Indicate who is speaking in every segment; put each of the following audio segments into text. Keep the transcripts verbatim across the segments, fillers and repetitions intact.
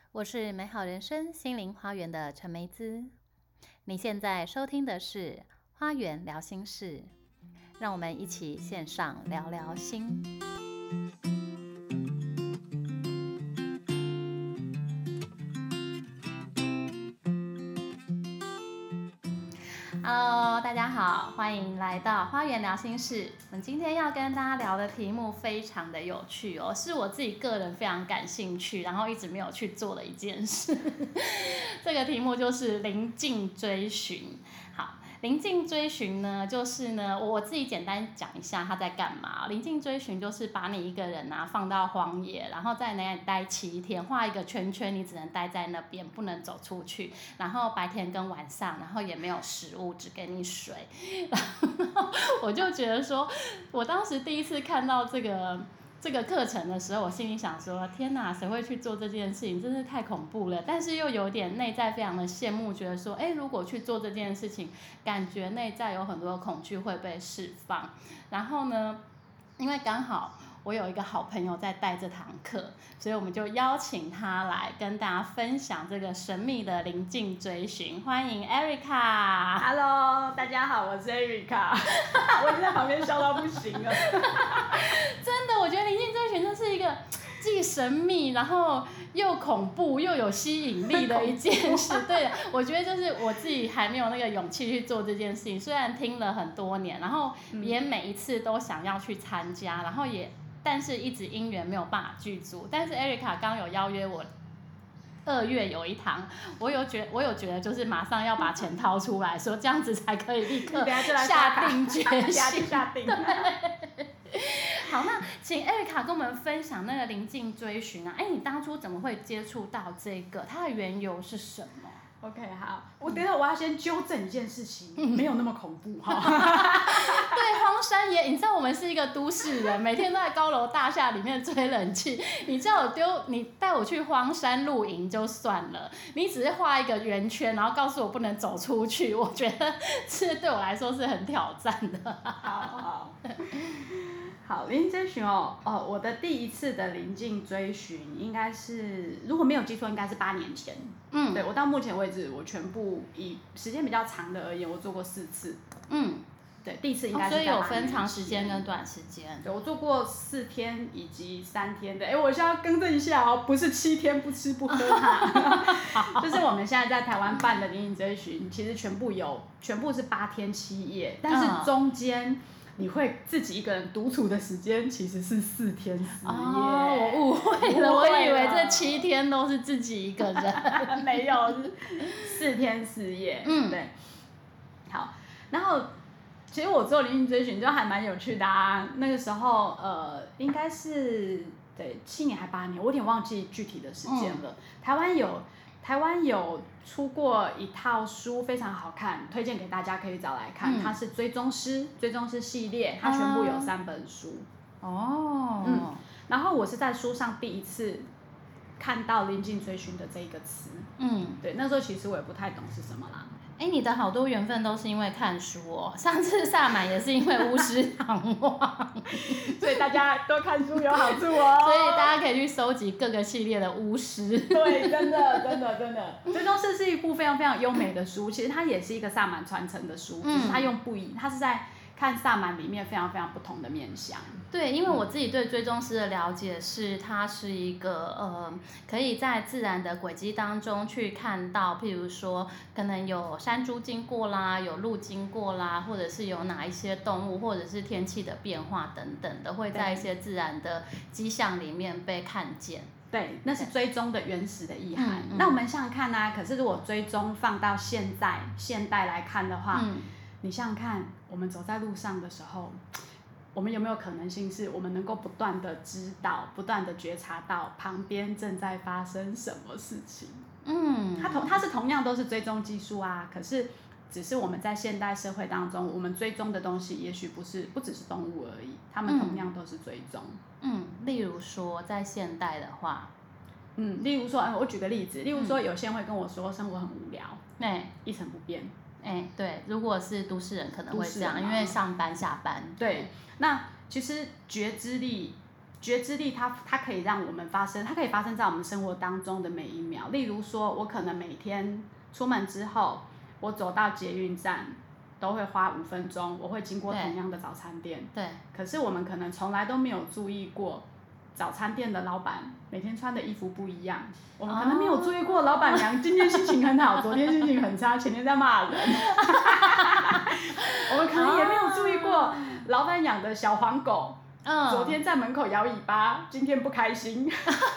Speaker 1: 我是美好人生心灵花园的陈梅姿。你现在收听的是花园聊心事，让我们一起线上聊聊心。Hello， 大家好，欢迎来到花园聊心事。我们今天要跟大家聊的题目非常的有趣哦，是我自己个人非常感兴趣，然后一直没有去做的一件事。这个题目就是临近追寻。好，临近追寻呢，就是呢，我自己简单讲一下他在干嘛。临近追寻就是把你一个人啊放到荒野，然后在那里待七天，画一个圈圈，你只能待在那边，不能走出去。然后白天跟晚上，然后也没有食物，只给你水。然后我就觉得说，我当时第一次看到这个。这个课程的时候，我心里想说：天哪，谁会去做这件事情？真是太恐怖了。但是又有点内在非常的羡慕，觉得说，哎，如果去做这件事情，感觉内在有很多恐惧会被释放。然后呢，因为刚好我有一个好朋友在带这堂课，所以我们就邀请他来跟大家分享这个神秘的临近追寻。欢迎 Erica。
Speaker 2: Hello， 大家好，我是 Erica。我已经在旁边笑到不行了。
Speaker 1: 真的，我觉得临近追寻这是一个既神秘，然后又恐怖又有吸引力的一件事。对，我觉得就是我自己还没有那个勇气去做这件事情，虽然听了很多年，然后也每一次都想要去参加，然后也但是一直因缘没有办法具足。但是 Erica 刚有邀约我。二月有一堂，我有觉我有觉得就是马上要把钱掏出来，说这样子才可以立刻下定决心。
Speaker 2: 下定。
Speaker 1: 好，那请 Erica 跟我们分享那个临近追寻啊，哎，你当初怎么会接触到这个？它的缘由是什么
Speaker 2: ？OK， 好，我等一下我要先纠正一件事情，嗯、没有那么恐怖哈。
Speaker 1: 对，荒山野，你知道我们是一个都市人，每天都在高楼大厦里面吹冷气。你叫我丢，你带我去荒山露营就算了，你只是画一个圆圈，然后告诉我不能走出去，我觉得这对我来说是很挑战的。
Speaker 2: 好好。好，临近追寻哦，哦，我的第一次的临近追寻应该是，如果没有记错，应该是八年前。嗯，对，我到目前为止，我全部以时间比较长的而言，我做过四次。嗯，对，第一次应该是在八年前。
Speaker 1: 哦，所以有分长时间跟短时间。
Speaker 2: 对，我做过四天以及三天的。哎，我现在要更正一下哦，不是七天不吃不喝哈。就是我们现在在台湾办的临近追寻，其实全部有，全部是八天七夜，但是中间。嗯你会自己一个人独处的时间其实是四天四夜。
Speaker 1: 哦，我误会了，我以为这七天都是自己一个人。
Speaker 2: 没有，是四天四夜。嗯，对。好，然后其实我做临近追寻就还蛮有趣的啊。那个时候呃，应该是对七年还八年，我有点忘记具体的时间了。嗯、台湾有。台湾有出过一套书，非常好看，推荐给大家可以找来看。嗯、它是追踪师，追踪师系列，它全部有三本书。哦，嗯，然后我是在书上第一次看到临近追寻的这一个词。嗯，对，那时候其实我也不太懂是什么啦。
Speaker 1: 哎，你的好多缘分都是因为看书哦。上次萨满也是因为巫师唐望，
Speaker 2: 所以大家多看书有好处哦。
Speaker 1: 所以大家可以去收集各个系列的巫师。
Speaker 2: 对，真的，真的，真的。追踪师是一部非常非常优美的书，其实它也是一个萨满传承的书，只是它用不一，它是在看萨满里面非常非常不同的面向。
Speaker 1: 对，因为我自己对追踪师的了解是，它是一个呃，可以在自然的轨迹当中去看到，譬如说可能有山猪经过啦，有鹿经过啦，或者是有哪一些动物，或者是天气的变化等等的，会在一些自然的迹象里面被看见。
Speaker 2: 对，那是追踪的原始的意涵。嗯嗯、那我们想想看啊，可是如果追踪放到现在现代来看的话，嗯、你想想看，我们走在路上的时候。我们有没有可能性是我们能够不断的知道、不断的觉察到旁边正在发生什么事情？嗯，它同它是同样都是追踪技术啊，可是只是我们在现代社会当中，我们追踪的东西也许不是不只是动物而已，它们同样都是追踪。
Speaker 1: 嗯，例如说在现代的话，
Speaker 2: 嗯，例如说，我举个例子，例如说有些人会跟我说生活很无聊，对、嗯，一成不变。
Speaker 1: 哎，对，如果是都市人可能会这样，因为上班下班。
Speaker 2: 对，那其实觉知力觉知力它它可以让我们发生，它可以发生在我们生活当中的每一秒。例如说，我可能每天出门之后，我走到捷运站都会花五分钟，我会经过同样的早餐店。
Speaker 1: 对。
Speaker 2: 可是我们可能从来都没有注意过，早餐店的老板每天穿的衣服不一样。我们可能没有注意过，老板娘今天心情很好，昨天心情很差，前天在骂人。我们可能也没有注意过，老板养的小黄狗。嗯、昨天在门口摇尾巴，今天不开心。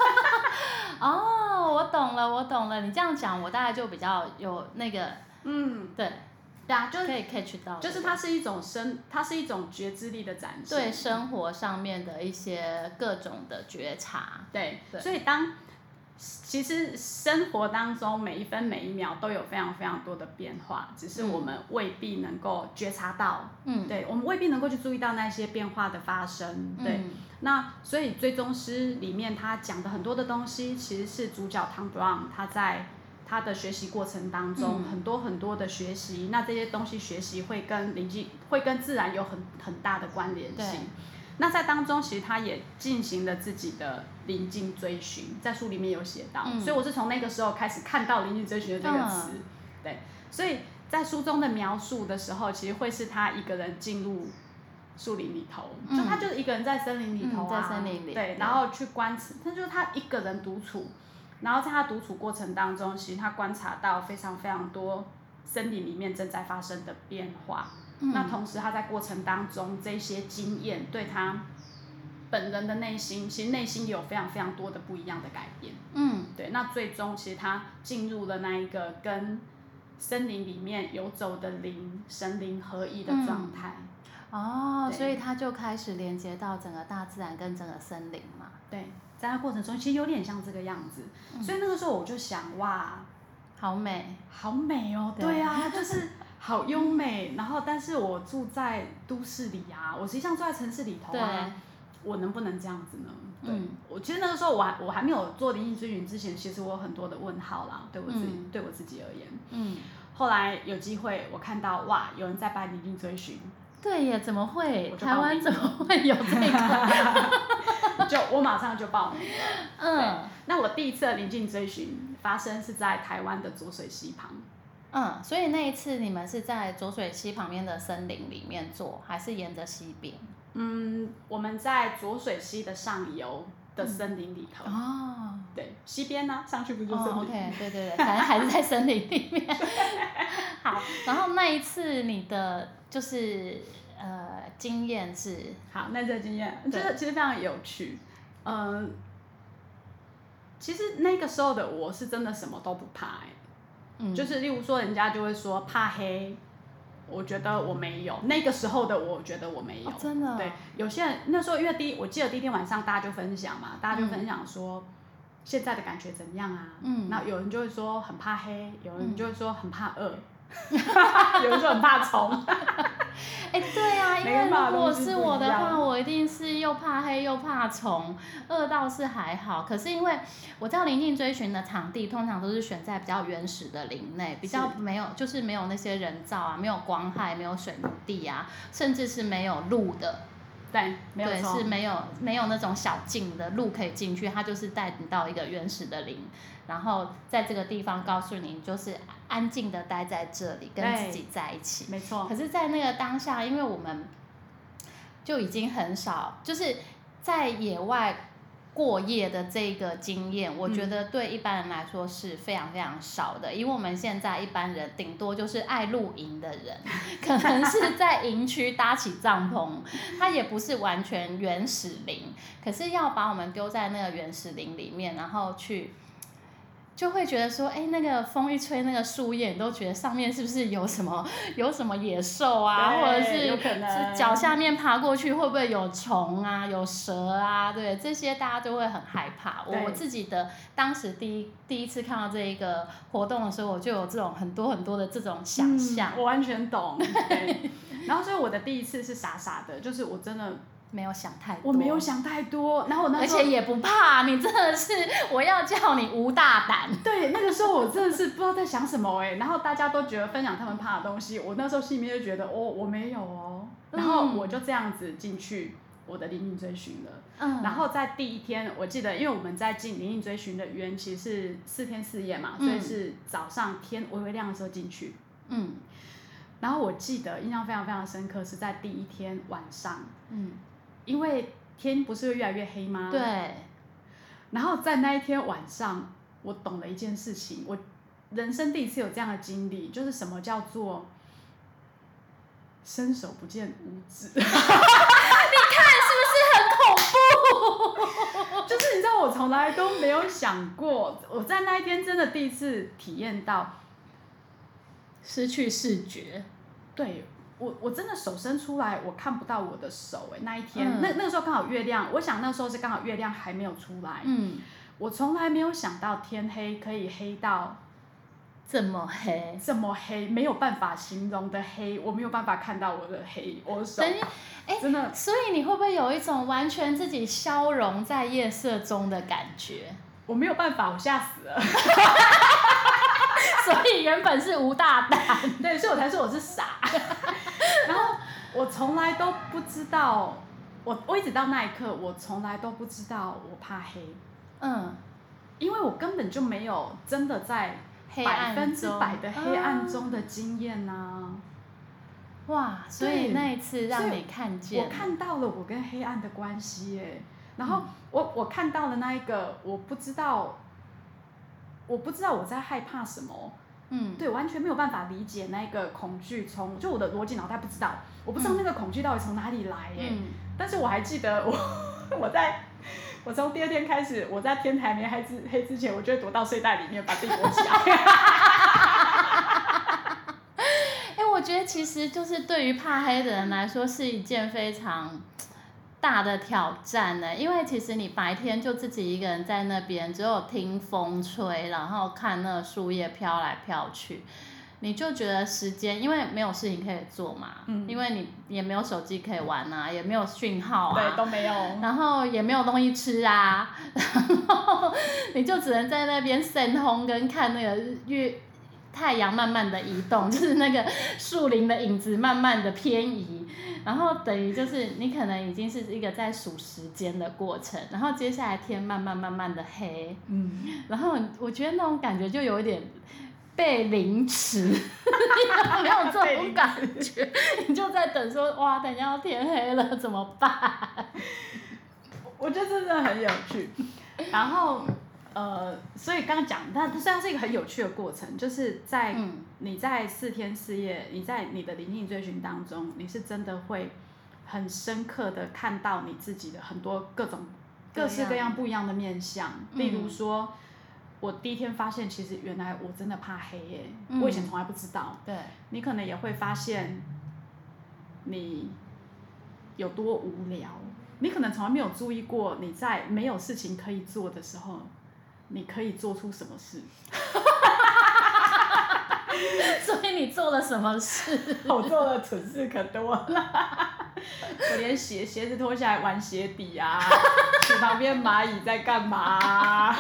Speaker 1: 哦，我懂了，我懂了。你这样讲，我大概就比较有那个，嗯，对，
Speaker 2: 对啊，就是
Speaker 1: 可以 catch 到，
Speaker 2: 就是它是一种生，它是一种觉知力的展现，
Speaker 1: 对生活上面的一些各种的觉察。
Speaker 2: 对，对所以当其实生活当中每一分每一秒都有非常非常多的变化，只是我们未必能够觉察到，嗯，对，我们未必能够去注意到那些变化的发生，对。嗯、那所以追踪师里面他讲的很多的东西，其实是主角 Tom Brown 他在他的学习过程当中、嗯、很多很多的学习，那这些东西学习会跟临近会跟自然有很很大的关联性。那在当中，其实他也进行了自己的临近追寻，在书里面有写到，嗯、所以我是从那个时候开始看到临近追寻的这个词，嗯、对，所以在书中的描述的时候，其实会是他一个人进入树林里头，嗯、就他就是一个人在森林里头啊，
Speaker 1: 嗯、在森林里，
Speaker 2: 对，然后去观察，他就是他一个人独处，然后在他独处过程当中，其实他观察到非常非常多森林里面正在发生的变化。嗯、那同时他在过程当中这些经验对他本人的内心，其实内心也有非常非常多的不一样的改变。嗯，对。那最终其实他进入了那一个跟森林里面游走的灵神灵合一的状态。
Speaker 1: 嗯、哦，所以他就开始连接到整个大自然跟整个森林嘛。
Speaker 2: 对，在他过程中其实有点像这个样子。嗯、所以那个时候我就想，哇，
Speaker 1: 好美，
Speaker 2: 好美哦。对, 对啊，就是。好优美，然后但是我住在都市里啊，我实际上住在城市里头啊，我能不能这样子呢？对，嗯、我其实那个时候我还我还没有做灵性追寻之前，其实我有很多的问号啦，对我自己、嗯、对我自己而言。嗯。后来有机会我看到哇，有人在办灵性追寻。
Speaker 1: 对耶，怎么会？台湾怎么会有这个？
Speaker 2: 就我马上就报名了。嗯。那我第一次的灵性追寻发生是在台湾的浊水溪旁。
Speaker 1: 嗯，所以那一次你们是在浊水溪旁边的森林里面做，还是沿着溪边？
Speaker 2: 嗯，我们在浊水溪的上游的森林里头。嗯、哦，对，溪边呢、啊，上去不就是森林？
Speaker 1: 哦 OK， 对对对，反正还是在森林里面。好，然后那一次你的就是呃经验是？
Speaker 2: 好，那这个经验就是其实非常有趣。嗯、呃，其实那个时候的我是真的什么都不怕哎、欸。嗯、就是例如说，人家就会说怕黑，我觉得我没有。那个时候的我觉得我没有，
Speaker 1: 哦、真的。
Speaker 2: 对，有些人那时候因为第一，我记得第一天晚上大家就分享嘛，大家就分享说、嗯、现在的感觉怎样啊？嗯，然后有人就会说很怕黑，有人就会说很怕饿，嗯、有人说很怕虫。
Speaker 1: 哎、欸，对啊，因为如果是我的话，我一定是又怕黑又怕虫，饿倒是还好。可是因为我知道灵性追寻的场地通常都是选在比较原始的林内，比较没有就是没有那些人造啊，没有光害，没有水泥地啊，甚至是没有路的。
Speaker 2: 对，没有错，
Speaker 1: 对，是没有没有那种小径的路可以进去，它就是带你到一个原始的林，然后在这个地方告诉你，就是安静的待在这里，跟自己在一起。
Speaker 2: 没错。
Speaker 1: 可是，在那个当下，因为我们就已经很少，就是在野外过夜的这个经验，我觉得对一般人来说是非常非常少的。因为我们现在一般人顶多就是爱露营的人，可能是在营区搭起帐篷，它也不是完全原始林，可是要把我们丢在那个原始林里面，然后去。就会觉得说，哎，那个风一吹，那个树叶，你都觉得上面是不是有什么有什么野兽啊，或者是是脚下面爬过去会不会有虫啊，有蛇啊，对，这些大家都会很害怕。我我自己的当时第一第一次看到这一个活动的时候，我就有这种很多很多的这种想象。
Speaker 2: 嗯、我完全懂。对。然后所以我的第一次是傻傻的，就是我真的。
Speaker 1: 没有想太多，
Speaker 2: 我没有想太多，然后我那
Speaker 1: 时候而且也不怕，你真的是我要叫你无大胆。
Speaker 2: 对，那个时候我真的是不知道在想什么哎、欸，然后大家都觉得分享他们怕的东西，我那时候心里面就觉得哦我没有哦，然后我就这样子进去， 我的灵应追寻了。
Speaker 1: 嗯，
Speaker 2: 然后在第一天，我记得，因为我们在进灵应追寻的园期是四天四夜嘛，所以是早上天微微亮的时候进去。嗯，然后我记得印象非常非常深刻，是在第一天晚上。嗯，因为天不是会越来越黑吗？
Speaker 1: 对。
Speaker 2: 然后在那一天晚上，我懂了一件事情，我人生第一次有这样的经历，就是什么叫做伸手不见五指。你
Speaker 1: 看是不是很恐怖？
Speaker 2: 就是你知道，我从来都没有想过，我在那一天真的第一次体验到
Speaker 1: 失去视觉。
Speaker 2: 对，我我真的手伸出来，我看不到我的手。哎，那一天，嗯、那那个时候刚好月亮，我想那时候是刚好月亮还没有出来。嗯，我从来没有想到天黑可以黑到
Speaker 1: 这么黑，
Speaker 2: 这么黑，没有办法形容的黑，我没有办法看到我的黑，我的手。
Speaker 1: 哎，真的。所以你会不会有一种完全自己消融在夜色中的感觉？
Speaker 2: 我没有办法，我吓死了。
Speaker 1: 所以原本是吴大胆，
Speaker 2: 对，所以我才说我是傻。然后我从来都不知道，我我一直到那一刻，我从来都不知道我怕黑。嗯，因为我根本就没有真的在百分之百的黑暗中的经验啊。
Speaker 1: 哇，所以那一次让你看见，
Speaker 2: 我看到了我跟黑暗的关系耶。然后我我看到了那一个，我不知道。我不知道我在害怕什么，嗯，对，完全没有办法理解那个恐惧，从就我的逻辑脑袋不知道，我不知道那个恐惧到底从哪里来耶。嗯、但是我还记得我我在我从第二天开始，我在天还没黑之黑之前，我就会躲到睡袋里面把自己裹起来。
Speaker 1: 哎，我觉得其实就是对于怕黑的人来说是一件非常大的挑战呢，因为其实你白天就自己一个人在那边，只有听风吹，然后看那树叶飘来飘去，你就觉得时间，因为没有事情可以做嘛，嗯、因为你也没有手机可以玩啊，也没有讯号啊，
Speaker 2: 对，都没有，
Speaker 1: 然后也没有东西吃啊，然后你就只能在那边扇风跟看那个月太阳慢慢的移动，就是那个树林的影子慢慢的偏移。然后等于就是你可能已经是一个在数时间的过程，然后接下来天慢慢慢慢的黑，嗯，然后我觉得那种感觉就有一点被凌迟，你有没有这种感觉？你就在等说，哇，等一下要天黑了怎么办？
Speaker 2: 我觉得真的很有趣。然后呃，所以刚刚讲，它虽然是一个很有趣的过程，就是在、嗯、你在四天四夜，你在你的灵性追寻当中，你是真的会很深刻的看到你自己的很多各种各式各样不一样的面向。例如说，嗯、我第一天发现，其实原来我真的怕黑耶，嗯、我以前从来不知道。
Speaker 1: 对，
Speaker 2: 你可能也会发现你有多无聊，你可能从来没有注意过，你在没有事情可以做的时候。你可以做出什么事？
Speaker 1: 所以你做了什么事？
Speaker 2: 我做的蠢事可多了，我连鞋鞋子脱下来玩鞋底啊，去旁边蚂蚁在干嘛？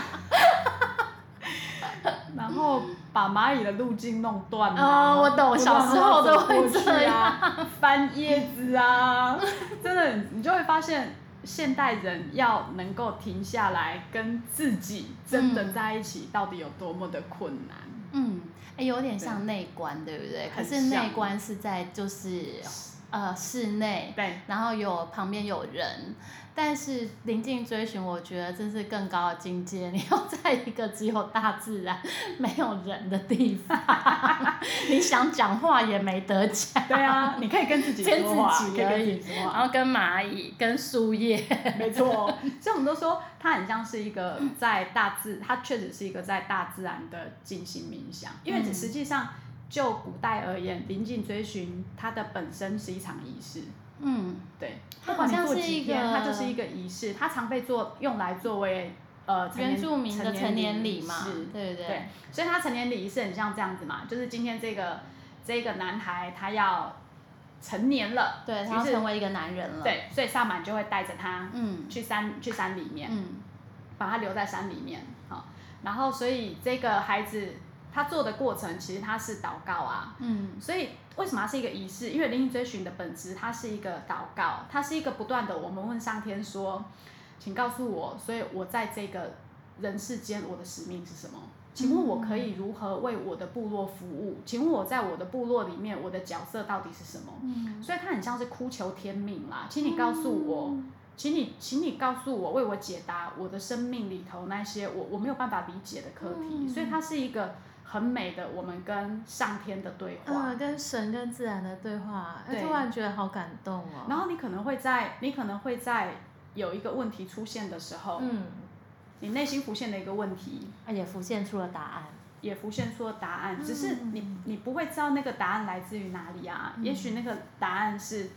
Speaker 2: 然后把蚂蚁的路径弄断了。
Speaker 1: 哦，我懂，小时候都会这样，
Speaker 2: 翻叶子啊，真的，你就会发现。现代人要能够停下来跟自己真的在一起，到底有多么的困难？
Speaker 1: 嗯，哎、欸，有点像内观，对不对？可是内观是在就是呃室内，
Speaker 2: 对，
Speaker 1: 然后有旁边有人。但是临近追寻，我觉得这是更高的境界。你要在一个只有大自然、没有人的地方，你想讲话也没得讲。
Speaker 2: 对啊，你可以跟自己说话，
Speaker 1: 跟自己而已，然后跟蚂蚁、跟树叶。
Speaker 2: 没错，所以我们都说它很像是一个在大自，它确实是一个在大自然的静心冥想。因为实际上就古代而言，临近追寻它的本身是一场仪式。嗯，对，
Speaker 1: 它好像是一个，
Speaker 2: 它就是一个仪式，它常被做用来作为呃
Speaker 1: 原住民的成年礼嘛，对不对？
Speaker 2: 对，所以它成年礼仪式很像这样子嘛，就是今天这个这个男孩他要成年了，
Speaker 1: 对，他要成为一个男人了，
Speaker 2: 对，所以萨满就会带着他，嗯，去山去山里面，嗯，把他留在山里面，好，然后所以这个孩子他做的过程其实他是祷告啊，嗯，所以为什么它是一个仪式？因为灵性追寻的本质，它是一个祷告，它是一个不断的，我们问上天说，请告诉我，所以我在这个人世间，我的使命是什么？请问我可以如何为我的部落服务？请问我在我的部落里面，我的角色到底是什么？嗯，所以它很像是哭求天命啦，请你告诉我。嗯，请你，请你告诉我，为我解答我的生命里头那些我我没有办法理解的课题，嗯，所以它是一个很美的我们跟上天的对话，
Speaker 1: 嗯，跟神跟自然的对话，突然觉得好感动哦。
Speaker 2: 然后你可能会在，你可能会在有一个问题出现的时候，嗯，你内心浮现的一个问题，
Speaker 1: 也浮现出了答案，
Speaker 2: 也浮现出了答案，嗯，只是你你不会知道那个答案来自于哪里啊，嗯，也许那个答案是。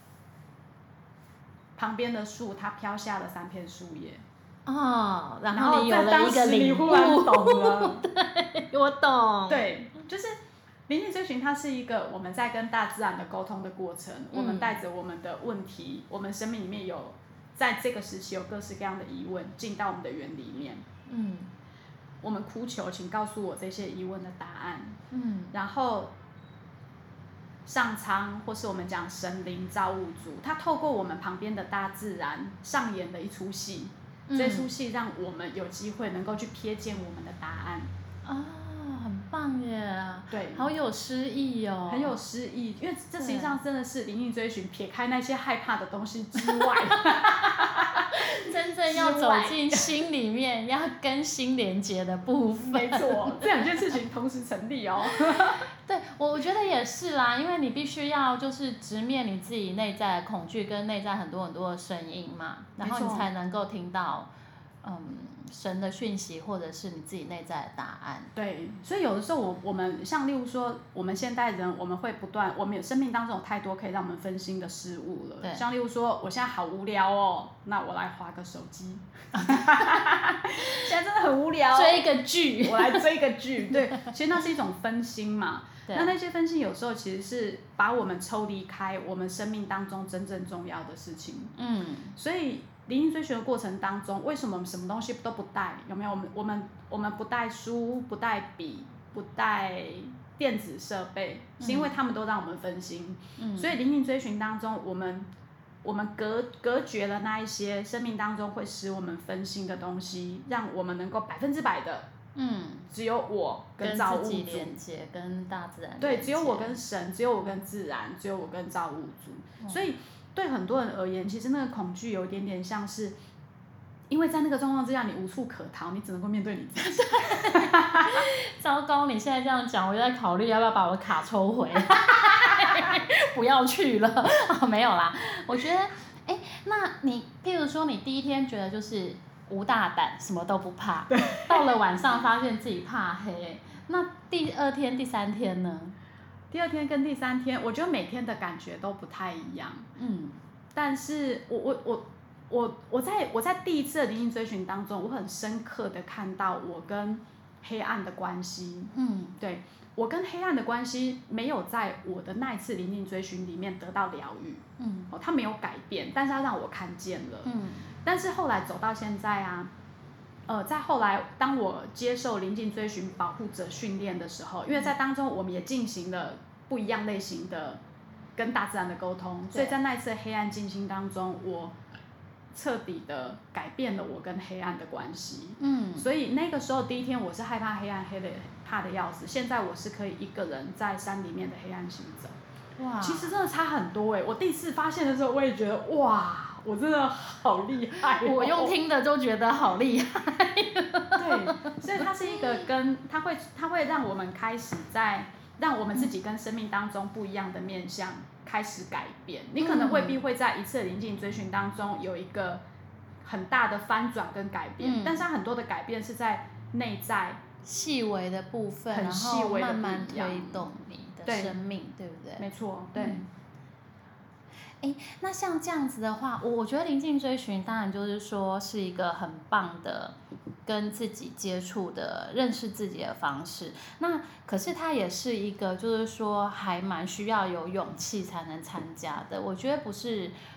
Speaker 2: 旁边的树，它飘下了三片树叶，
Speaker 1: 哦，然后你有了一个领悟，
Speaker 2: 你忽然懂了，
Speaker 1: 对，我懂，
Speaker 2: 对，就是灵性追寻，它是一个我们在跟大自然的沟通的过程，嗯，我们带着我们的问题，我们生命里面有在这个时期有各式各样的疑问进到我们的园里面，嗯，我们哭求，请告诉我这些疑问的答案，嗯，然后。上苍，或是我们讲神灵造物主，他透过我们旁边的大自然上演的一出戏，嗯，这出戏让我们有机会能够去瞥见我们的答案。
Speaker 1: 啊，很棒耶！
Speaker 2: 对，
Speaker 1: 好有诗意哦，
Speaker 2: 很有诗意，因为这实际上真的是灵性追寻，撇开那些害怕的东西之外，
Speaker 1: 真正要走进心里面，要跟心连接的部分。
Speaker 2: 没错，这两件事情同时成立哦。
Speaker 1: 对，我觉得也是啦，因为你必须要就是直面你自己内在的恐惧跟内在很多很多的声音嘛，然后你才能够听到，嗯，神的讯息或者是你自己内在的答案。
Speaker 2: 对，所以有的时候我我们像例如说，我们现代人我们会不断，我们有生命当中有太多可以让我们分心的事物了。像例如说，我现在好无聊哦，那我来滑个手机。现在真的很无聊，
Speaker 1: 追个剧，
Speaker 2: 我来追个剧。对，其实那是一种分心嘛。那那些分心有时候其实是把我们抽离开我们生命当中真正重要的事情。嗯，所以灵性追寻的过程当中，为什么我们什么东西都不带？有没有？我们我们我们不带书，不带笔，不带电子设备，是因为他们都让我们分心。嗯，所以灵性追寻当中，我们我们隔隔绝了那一些生命当中会使我们分心的东西，让我们能够百分之百的。嗯，只有我跟造物主
Speaker 1: 连接，跟大自然
Speaker 2: 对，只有我跟神，只有我跟自然，只有我跟造物主。嗯，所以对很多人而言，其实那个恐惧有一点点像是，因为在那个状况之下，你无处可逃，你只能够面对你自己。
Speaker 1: 糟糕，你现在这样讲，我就在考虑要不要把我的卡抽回，不要去了。哦，没有啦，我觉得，哎，那你譬如说，你第一天觉得就是。无大胆，什么都不怕。到了晚上，发现自己怕黑。那第二天、第三天呢？
Speaker 2: 第二天跟第三天，我觉得每天的感觉都不太一样。嗯，但是我我我我我在我在第一次的灵性追寻当中，我很深刻的看到我跟黑暗的关系。嗯，对，我跟黑暗的关系没有在我的那一次灵性追寻里面得到疗愈。嗯，哦，它没有改变，但是它让我看见了。嗯。但是后来走到现在啊，呃，在后来当我接受灵性追寻保护者训练的时候，因为在当中我们也进行了不一样类型的跟大自然的沟通，所以在那一次黑暗静心当中，我彻底的改变了我跟黑暗的关系。嗯，所以那个时候第一天我是害怕黑暗，黑的怕的要死，现在我是可以一个人在山里面的黑暗行走。哇，其实真的差很多哎！我第一次发现的时候，我也觉得哇。我真的好厉害，哦，
Speaker 1: 我用听的就觉得好厉害。
Speaker 2: 对，所以它是一个跟它会它会让我们开始在让我们自己跟生命当中不一样的面向开始改变。你可能未必会在一次的灵性追寻当中有一个很大的翻转跟改变，嗯，但是它很多的改变是在内在
Speaker 1: 细微的部分，
Speaker 2: 很细微的
Speaker 1: 慢慢推动你的生命， 对, 对不对？
Speaker 2: 没错，对。嗯，
Speaker 1: 哎，那像这样子的话，我我觉得灵性追寻当然就是说是一个很棒的跟自己接触的、认识自己的方式。那可是它也是一个就是说还蛮需要有勇气才能参加的。我觉得不是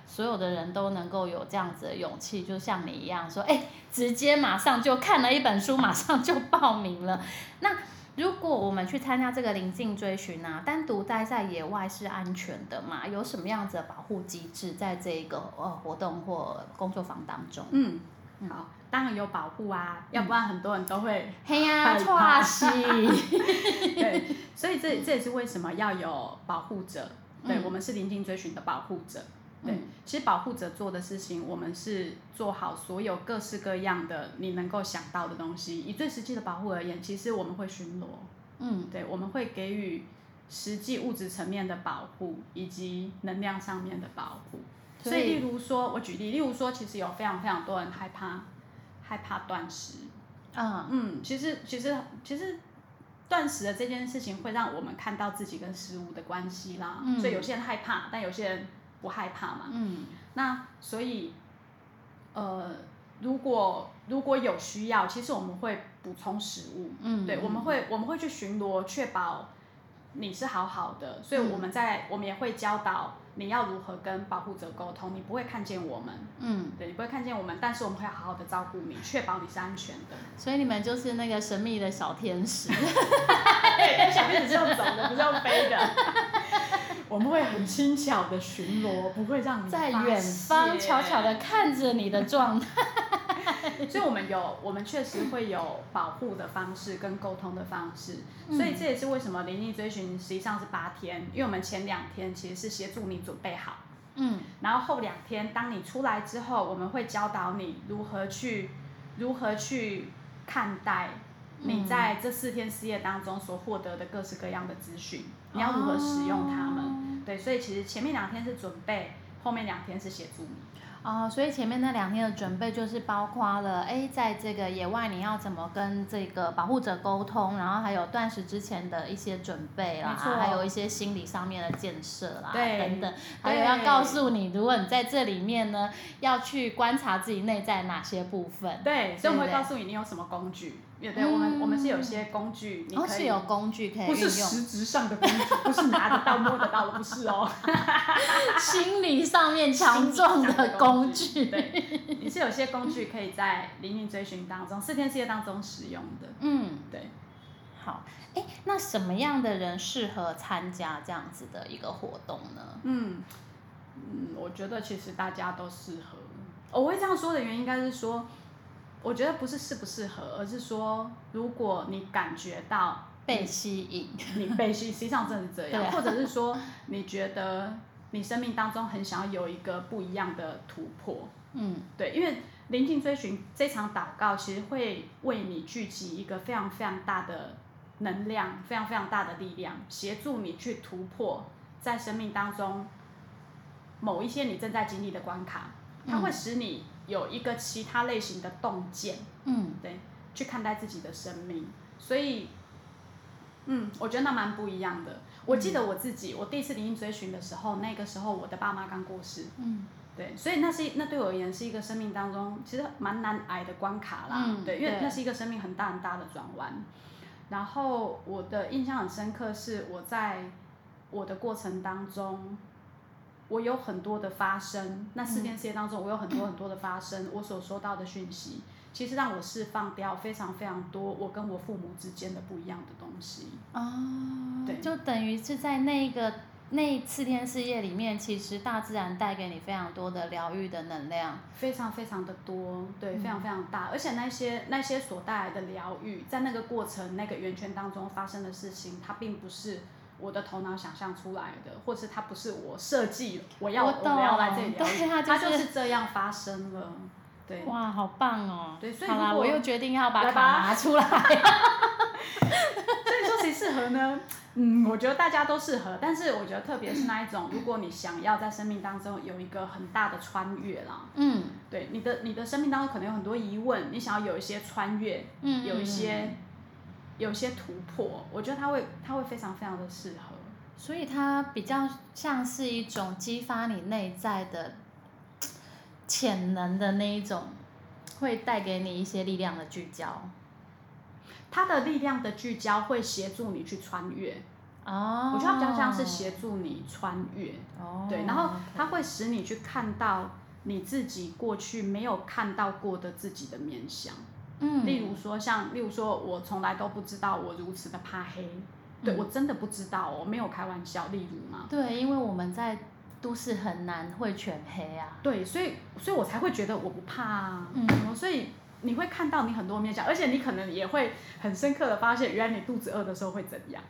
Speaker 1: 所有的人都能够有这样子的勇气，就像你一样说，哎，直接马上就看了一本书，马上就报名了。那如果我们去参加这个临近追寻啊，单独待在野外是安全的吗？有什么样子的保护机制在这个呃活动或工作坊当中？
Speaker 2: 嗯，好，当然有保护啊，要不然很多人都会
Speaker 1: 嘿呀，错死。
Speaker 2: 对，所以这这也是为什么要有保护者。对，我们是临近追寻的保护者。对，嗯、其实保护者做的事情，我们是做好所有各式各样的你能够想到的东西。以最实际的保护而言，其实我们会巡逻，嗯，对，我们会给予实际物质层面的保护，以及能量上面的保护。所以，例如说，我举例，例如说，其实有非常非常多人害怕害怕断食，嗯嗯，其实其实其实。断食的这件事情会让我们看到自己跟食物的关系啦，嗯、所以有些人害怕，但有些人不害怕嘛。嗯，那所以，呃，如果如果有需要，其实我们会补充食物。嗯，对，我们会我们会去巡逻，确保你是好好的。所以我们在、嗯、我们也会教导你要如何跟保护者沟通。你不会看见我们，嗯，对，你不会看见我们，但是我们会好好的照顾你，确保你是安全的。
Speaker 1: 所以你们就是那个神秘的小天使。
Speaker 2: 对，但小天使是要走的，不是要飞的。我们会很轻巧的巡逻，不会让你
Speaker 1: 在远方悄悄的看着你的状态。
Speaker 2: 所以我们有，我们确实会有保护的方式跟沟通的方式。所以这也是为什么临近追寻实际上是八天，因为我们前两天其实是协助你准备好，嗯，然后后两天当你出来之后，我们会教导你如何去如何去看待你在这四天四夜当中所获得的各式各样的资讯，你要如何使用它们。哦、对，所以其实前面两天是准备，后面两天是协助你。
Speaker 1: 哦，所以前面那两天的准备就是包括了，哎，在这个野外你要怎么跟这个保护者沟通，然后还有断食之前的一些准备啦，还有一些心理上面的建设啦，等等，还有要告诉你，如果你在这里面呢，要去观察自己内在哪些部分。
Speaker 2: 对，所以我们会告诉你你有什么工具。对，对，我们我们是有些工具，你可以、
Speaker 1: 哦、是有工具可以运用，
Speaker 2: 不是实质上的工具，不是拿得到摸得到的，不是哦。
Speaker 1: 心理上面强壮的工具，
Speaker 2: 对，你是有些工具可以在临近追寻当中四天四夜当中使用的。嗯，对。
Speaker 1: 好，哎，那什么样的人适合参加这样子的一个活动呢？
Speaker 2: 嗯嗯，我觉得其实大家都适合。我会这样说的原因应该是说。我觉得不是适不适合，而是说，如果你感觉到
Speaker 1: 被吸引，
Speaker 2: 你被吸引，实际上真的是这样，啊、或者是说，你觉得你生命当中很想要有一个不一样的突破，嗯，对，因为临近追寻这场祷告，其实会为你聚集一个非常非常大的能量，非常非常大的力量，协助你去突破在生命当中某一些你正在经历的关卡，它会使你。有一个其他类型的洞见，嗯，对，去看待自己的生命，所以，嗯，我觉得那蛮不一样的。我记得我自己，我第一次临近追寻的时候，那个时候我的爸妈刚过世，嗯，对，所以那是那对我而言是一个生命当中其实蛮难挨的关卡啦，嗯，对，因为那是一个生命很大很大的转弯。然后我的印象很深刻是我在我的过程当中。我有很多的发生，那四天四夜当中，我有很多很多的发生，我所收到的讯息，其实让我释放掉非常非常多我跟我父母之间的不一样的东西。哦，
Speaker 1: 对，就等于是在那个那四天四夜里面，其实大自然带给你非常多的疗愈的能量，
Speaker 2: 非常非常的多，对，非常非常大，而且那些那些所带来的疗愈，在那个过程那个圆圈当中发生的事情，它并不是。我的头脑想象出来的，或是它不是我设计，我要 我, 我要来这里疗愈，它、就是、它就是这样发生了。对，
Speaker 1: 哇，好棒哦！
Speaker 2: 对，所以
Speaker 1: 好啦，我又决定要把卡拿出来。所
Speaker 2: 以说谁适合呢？嗯，我觉得大家都适合，但是我觉得特别是那一种，如果你想要在生命当中有一个很大的穿越啦，嗯，对，你的你的生命当中可能有很多疑问，你想要有一些穿越，嗯，有一些。有些突破，我觉得它会，它会非常非常的适合，
Speaker 1: 所以它比较像是一种激发你内在的潜能的那一种，会带给你一些力量的聚焦。
Speaker 2: 它的力量的聚焦会协助你去穿越， 哦，我觉得它比较像是协助你穿越。
Speaker 1: 哦，
Speaker 2: 对，然后它会使你去看到你自己过去没有看到过的自己的面向。嗯，例如说像，例如说我从来都不知道我如此的怕黑。对、嗯、我真的不知道哦，没有开玩笑。例如嘛，
Speaker 1: 对，因为我们在都市很难会全黑啊。
Speaker 2: 对，所以所以我才会觉得我不怕啊。嗯，所以你会看到你很多面向，而且你可能也会很深刻的发现，原来你肚子饿的时候会怎样。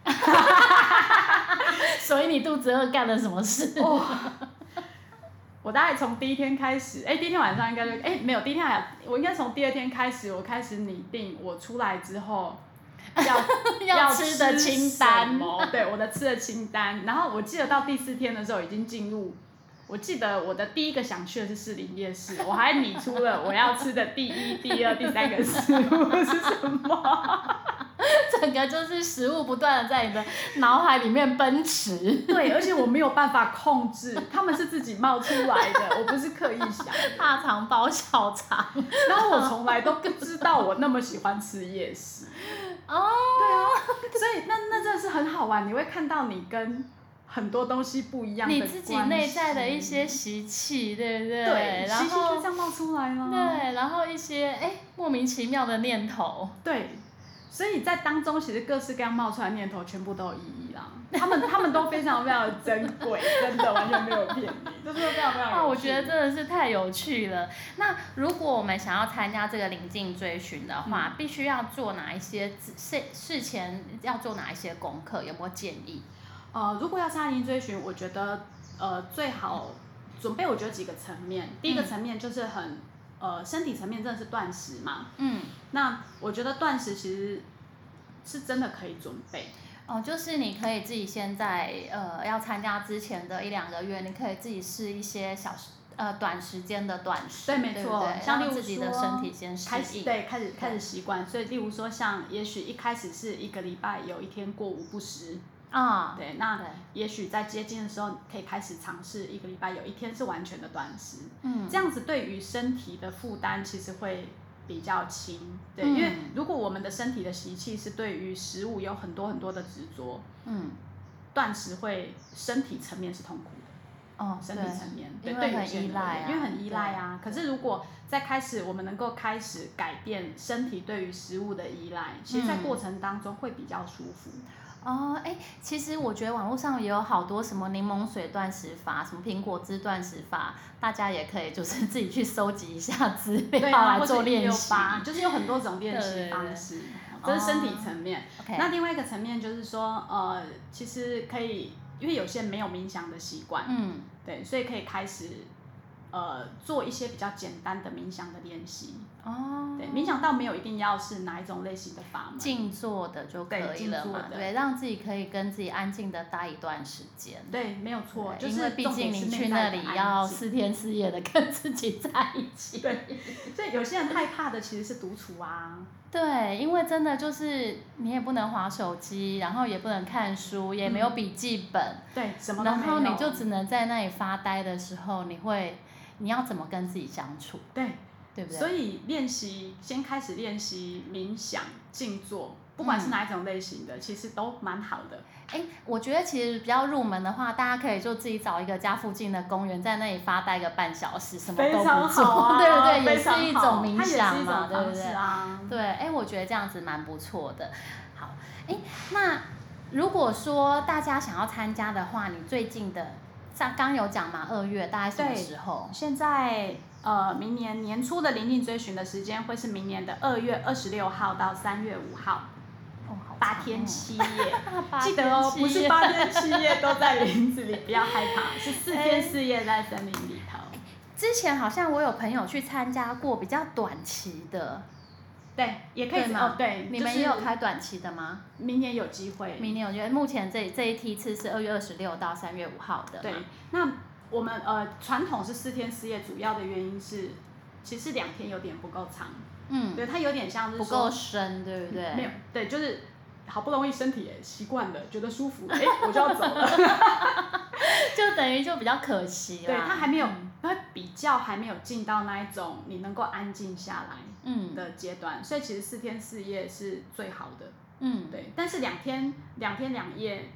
Speaker 1: 所以你肚子饿干了什么事？
Speaker 2: 哦，我大概从第一天开始，哎，第一天晚上应该就，哎，没有，第一天还，我应该从第二天开始，我开始拟定我出来之后。要
Speaker 1: 要吃的清单，
Speaker 2: 对，我的吃的清单。然后我记得到第四天的时候已经进入，我记得我的第一个想去的是士林夜市，我还拟出了我要吃的第一、第二、第三个食物是什么。
Speaker 1: 整个就是食物不断的在你的脑海里面奔驰。
Speaker 2: 对，而且我没有办法控制，他们是自己冒出来的，我不是刻意想的。
Speaker 1: 大肠包小肠。
Speaker 2: 然后我从来都不知道我那么喜欢吃夜市。哦，对啊，所以那那真的是很好玩，你会看到你跟很多东西不一样的
Speaker 1: 你自己内在的一些习气，对不对？
Speaker 2: 对，
Speaker 1: 然后
Speaker 2: 习气就这样冒出来了。
Speaker 1: 对，然后一些哎莫名其妙的念头。
Speaker 2: 对，所以在当中其实各式各样冒出来的念头全部都有意义啦。他们他们都非常非常的珍贵，真的完全没有骗你，就是非常非常有趣。
Speaker 1: 哦，我觉得真的是太有趣了。那如果我们想要参加这个临近追寻的话，嗯、必须要做哪一些事事前要做哪一些功课？有没有建议？
Speaker 2: 呃，如果要参加临近追寻，我觉得呃最好准备，我觉得几个层面。第一个层面就是很、嗯、呃身体层面，真的是断食嘛。嗯。那我觉得断食其实是真的可以准备。
Speaker 1: 哦，就是你可以自己先在呃要参加之前的一两个月，你可以自己试一些小呃短时间的断食，
Speaker 2: 对，没错，
Speaker 1: 像例如说自己的身体先适应，
Speaker 2: 对，开始开始习惯。所以例如说，像也许一开始是一个礼拜有一天过午不食啊，对，那也许在接近的时候可以开始尝试一个礼拜有一天是完全的断食，嗯，这样子对于身体的负担其实会比较轻，对，嗯、因为如果我们的身体的习气是对于食物有很多很多的执着，嗯，断食会身体层面是痛苦的，哦，身体层面，对，
Speaker 1: 因为很依赖啊，
Speaker 2: 因为很依赖啊。可是如果在开始我们能够开始改变身体对于食物的依赖，其实在过程当中会比较舒服。
Speaker 1: 哦，哎，其实我觉得网络上也有好多什么柠檬水断食法，什么苹果汁断食法，大家也可以就是自己去搜集一下资料来做练习，
Speaker 2: 就是有很多种练习方式，这是身体层面。哦、那另外一个层面就是说，呃，其实可以，因为有些人没有冥想的习惯，嗯，对，所以可以开始。呃，做一些比较简单的冥想的练习哦，对，冥想倒没有一定要是哪一种类型的法门，
Speaker 1: 静坐的就可以了嘛，对，对，让自己可以跟自己安静的待一段时间，
Speaker 2: 对，没有错，就是
Speaker 1: 因为毕竟你去那里要四天四夜的跟自己在一起，
Speaker 2: 对，所以有些人害怕的其实是独处啊，
Speaker 1: 对，因为真的就是你也不能滑手机，然后也不能看书，也没有笔记本，
Speaker 2: 嗯、对，什么都没有，
Speaker 1: 然后你就只能在那里发呆的时候，你会。你要怎么跟自己相处？
Speaker 2: 对，
Speaker 1: 对不对？
Speaker 2: 所以练习，先开始练习冥想、静坐，不管是哪一种类型的，嗯、其实都蛮好的。
Speaker 1: 哎，我觉得其实比较入门的话，大家可以就自己找一个家附近的公园，在那里发呆个半小时，什么都不做，
Speaker 2: 啊、
Speaker 1: 对不对？也是一种冥想嘛，对不对？
Speaker 2: 啊、
Speaker 1: 对，哎，我觉得这样子蛮不错的。好，哎，那如果说大家想要参加的话，你最近的。像刚有讲嘛，二月大概什么时候？
Speaker 2: 现在呃，明年年初的临近追寻的时间会是明年的二月二十六号到三月五号，哦，好八天七夜，记得哦，不是八天七夜都在林子里，不要害怕，是四天四夜在森林里头。
Speaker 1: 之前好像我有朋友去参加过比较短期的。
Speaker 2: 对，也可以哦。对，
Speaker 1: 你们也有开短期的吗？
Speaker 2: 明年有机会。
Speaker 1: 明年我觉得目前这这一梯次是二月二十六到三月五号的。
Speaker 2: 对，那我们呃传统是四天四夜，主要的原因是其实两天有点不够长。嗯，对，它有点像是
Speaker 1: 不够深，对不对？
Speaker 2: 没有，对，就是好不容易身体也习惯了，觉得舒服，哎，我就要走了，
Speaker 1: 就等于就比较可惜啦。
Speaker 2: 对，它还没有，它比较还没有进到那一种你能够安静下来。嗯的阶段，所以其实四天四夜是最好的。嗯，对。但是两天两天两夜，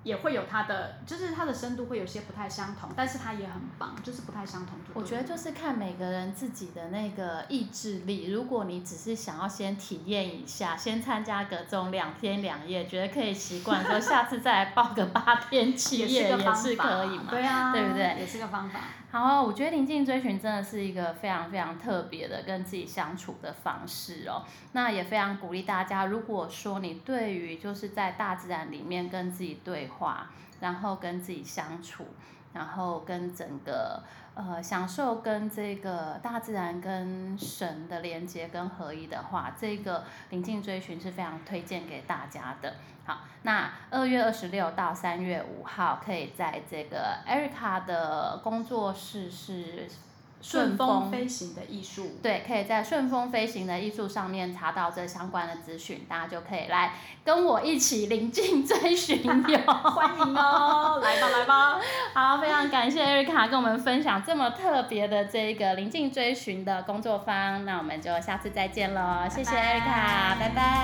Speaker 2: 也会有它的，就是它的深度会有些不太相同，但是它也很棒，就是不太相同就。
Speaker 1: 我觉得就是看每个人自己的那个意志力。如果你只是想要先体验一下，先参加个这种两天两夜，觉得可以习惯，说下次再来报个八天七夜也是可以嘛，
Speaker 2: 对啊，
Speaker 1: 对不对？
Speaker 2: 也是个方法。
Speaker 1: 好，我觉得临近追寻真的是一个非常非常特别的跟自己相处的方式哦。那也非常鼓励大家，如果说你对于就是在大自然里面跟自己对话，然后跟自己相处，然后跟整个呃享受跟这个大自然跟神的连接跟合一的话，这个临近追寻是非常推荐给大家的。好，那二月二十六到三月五号，可以在这个 Erica 的工作室是
Speaker 2: 顺风飞行的艺术，
Speaker 1: 对，可以在顺风飞行的艺术上面查到这相关的资讯，大家就可以来跟我一起临近追寻哟，
Speaker 2: 欢迎哦，来吧来吧。
Speaker 1: 好，非常感谢 Erica 跟我们分享这么特别的这个临近追寻的工作坊，那我们就下次再见喽，谢谢 Erica， 拜拜。